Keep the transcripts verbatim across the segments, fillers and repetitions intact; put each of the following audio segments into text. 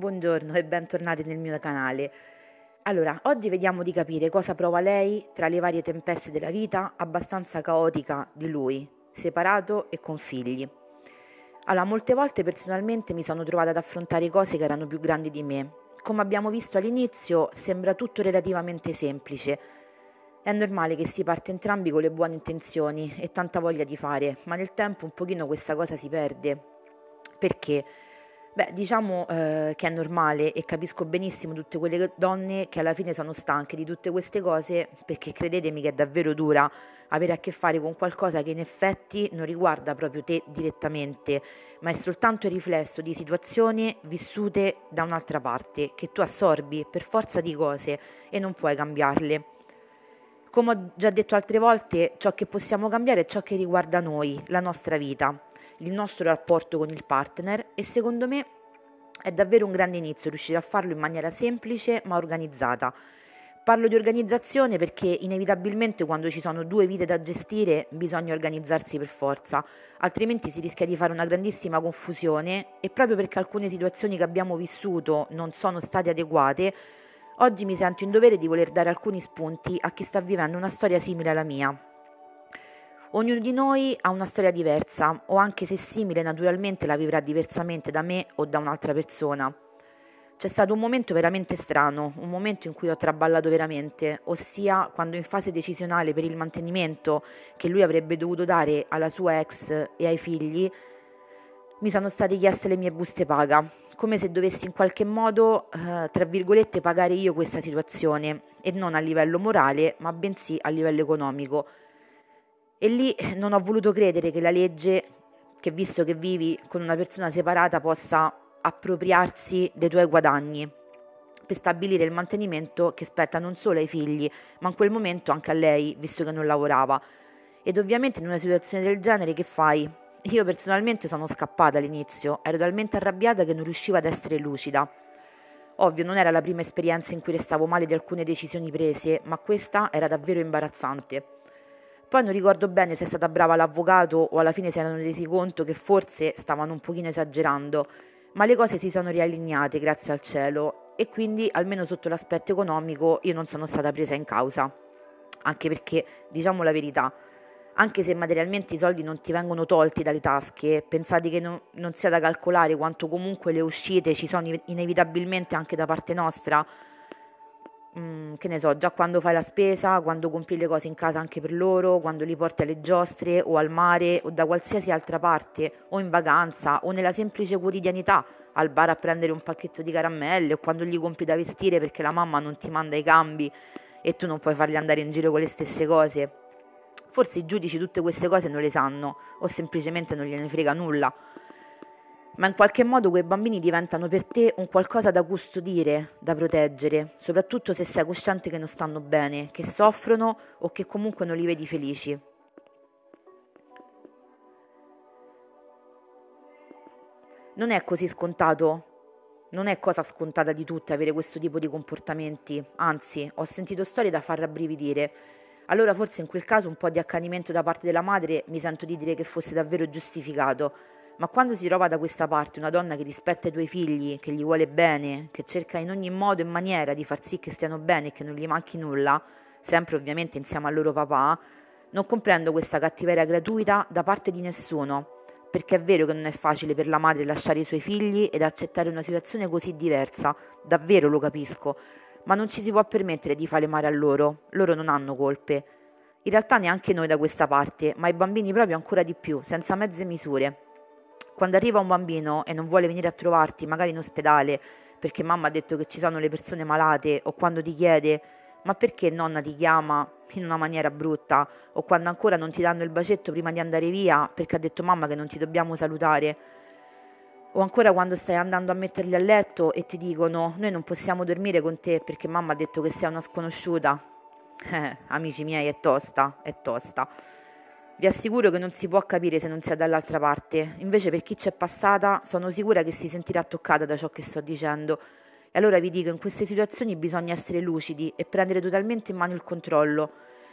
Buongiorno e bentornati nel mio canale. Allora, oggi vediamo di capire cosa prova lei tra le varie tempeste della vita abbastanza caotica di lui, separato e con figli. Allora, molte volte personalmente mi sono trovata ad affrontare cose che erano più grandi di me. Come abbiamo visto all'inizio, sembra tutto relativamente semplice. È normale che si parte entrambi con le buone intenzioni e tanta voglia di fare, ma nel tempo un pochino questa cosa si perde. Perché? Beh, diciamo eh, che è normale e capisco benissimo tutte quelle donne che alla fine sono stanche di tutte queste cose, perché credetemi che è davvero dura avere a che fare con qualcosa che in effetti non riguarda proprio te direttamente, ma è soltanto il riflesso di situazioni vissute da un'altra parte, che tu assorbi per forza di cose e non puoi cambiarle. Come ho già detto altre volte, ciò che possiamo cambiare è ciò che riguarda noi, la nostra vita, il nostro rapporto con il partner, e secondo me è davvero un grande inizio riuscire a farlo in maniera semplice ma organizzata. Parlo di organizzazione perché inevitabilmente quando ci sono due vite da gestire bisogna organizzarsi per forza, altrimenti si rischia di fare una grandissima confusione, e proprio perché alcune situazioni che abbiamo vissuto non sono state adeguate, oggi mi sento in dovere di voler dare alcuni spunti a chi sta vivendo una storia simile alla mia. Ognuno di noi ha una storia diversa, o anche se simile naturalmente la vivrà diversamente da me o da un'altra persona. C'è stato un momento veramente strano, un momento in cui ho traballato veramente, ossia quando in fase decisionale per il mantenimento che lui avrebbe dovuto dare alla sua ex e ai figli, mi sono state chieste le mie buste paga, come se dovessi in qualche modo, eh, tra virgolette, pagare io questa situazione, e non a livello morale, ma bensì a livello economico. E lì non ho voluto credere che la legge, che visto che vivi con una persona separata, possa appropriarsi dei tuoi guadagni per stabilire il mantenimento che spetta non solo ai figli, ma in quel momento anche a lei, visto che non lavorava. Ed ovviamente in una situazione del genere che fai? Io personalmente sono scappata all'inizio, ero talmente arrabbiata che non riuscivo ad essere lucida. Ovvio, non era la prima esperienza in cui restavo male di alcune decisioni prese, ma questa era davvero imbarazzante. Poi non ricordo bene se è stata brava l'avvocato o alla fine si erano resi conto che forse stavano un pochino esagerando, ma le cose si sono riallineate grazie al cielo, e quindi almeno sotto l'aspetto economico io non sono stata presa in causa. Anche perché, diciamo la verità, anche se materialmente i soldi non ti vengono tolti dalle tasche, pensate che non, non sia da calcolare quanto comunque le uscite ci sono inevitabilmente anche da parte nostra? Mm, che ne so, già quando fai la spesa, quando compri le cose in casa anche per loro, quando li porti alle giostre o al mare o da qualsiasi altra parte, o in vacanza o nella semplice quotidianità, al bar a prendere un pacchetto di caramelle, o quando gli compri da vestire perché la mamma non ti manda i cambi e tu non puoi farli andare in giro con le stesse cose. Forse i giudici tutte queste cose non le sanno, o semplicemente non gliene frega nulla. Ma in qualche modo quei bambini diventano per te un qualcosa da custodire, da proteggere, soprattutto se sei cosciente che non stanno bene, che soffrono o che comunque non li vedi felici. Non è così scontato, non è cosa scontata di tutte avere questo tipo di comportamenti, anzi, ho sentito storie da far rabbrividire. Allora forse in quel caso un po' di accanimento da parte della madre mi sento di dire che fosse davvero giustificato. Ma quando si trova da questa parte una donna che rispetta i tuoi figli, che gli vuole bene, che cerca in ogni modo e maniera di far sì che stiano bene e che non gli manchi nulla, sempre ovviamente insieme al loro papà, non comprendo questa cattiveria gratuita da parte di nessuno, perché è vero che non è facile per la madre lasciare i suoi figli ed accettare una situazione così diversa, davvero lo capisco, ma non ci si può permettere di fare male a loro, loro non hanno colpe. In realtà neanche noi da questa parte, ma i bambini proprio ancora di più, senza mezze misure. Quando arriva un bambino e non vuole venire a trovarti, magari in ospedale, perché mamma ha detto che ci sono le persone malate, o quando ti chiede ma perché nonna ti chiama in una maniera brutta, o quando ancora non ti danno il bacetto prima di andare via perché ha detto mamma che non ti dobbiamo salutare, o ancora quando stai andando a metterli a letto e ti dicono noi non possiamo dormire con te perché mamma ha detto che sei una sconosciuta. Eh, amici miei, è tosta, è tosta. Vi assicuro che non si può capire se non si è dall'altra parte, invece per chi c'è passata sono sicura che si sentirà toccata da ciò che sto dicendo. E allora vi dico, in queste situazioni bisogna essere lucidi e prendere totalmente in mano il controllo.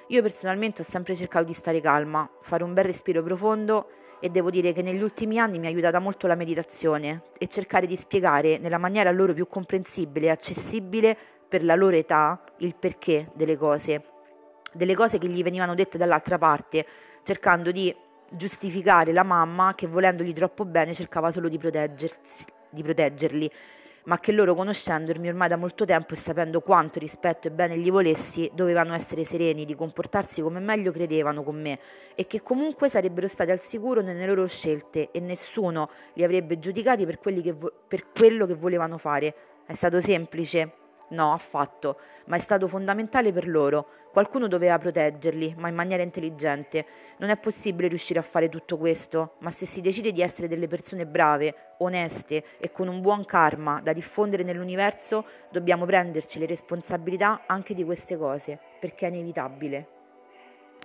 Io personalmente ho sempre cercato di stare calma, fare un bel respiro profondo e devo dire che negli ultimi anni mi ha aiutata molto la meditazione e cercare di spiegare nella maniera loro più comprensibile e accessibile per la loro età il perché delle cose, delle cose che gli venivano dette dall'altra parte, cercando di giustificare la mamma che volendogli troppo bene cercava solo di proteggersi, di proteggerli, ma che loro, conoscendomi ormai da molto tempo e sapendo quanto rispetto e bene gli volessi, dovevano essere sereni, di comportarsi come meglio credevano con me e che comunque sarebbero stati al sicuro nelle loro scelte e nessuno li avrebbe giudicati per, quelli che vo- per quello che volevano fare. È stato semplice? No, affatto, ma è stato fondamentale per loro. Qualcuno doveva proteggerli, ma in maniera intelligente. Non è possibile riuscire a fare tutto questo, ma se si decide di essere delle persone brave, oneste e con un buon karma da diffondere nell'universo, dobbiamo prenderci le responsabilità anche di queste cose, perché è inevitabile.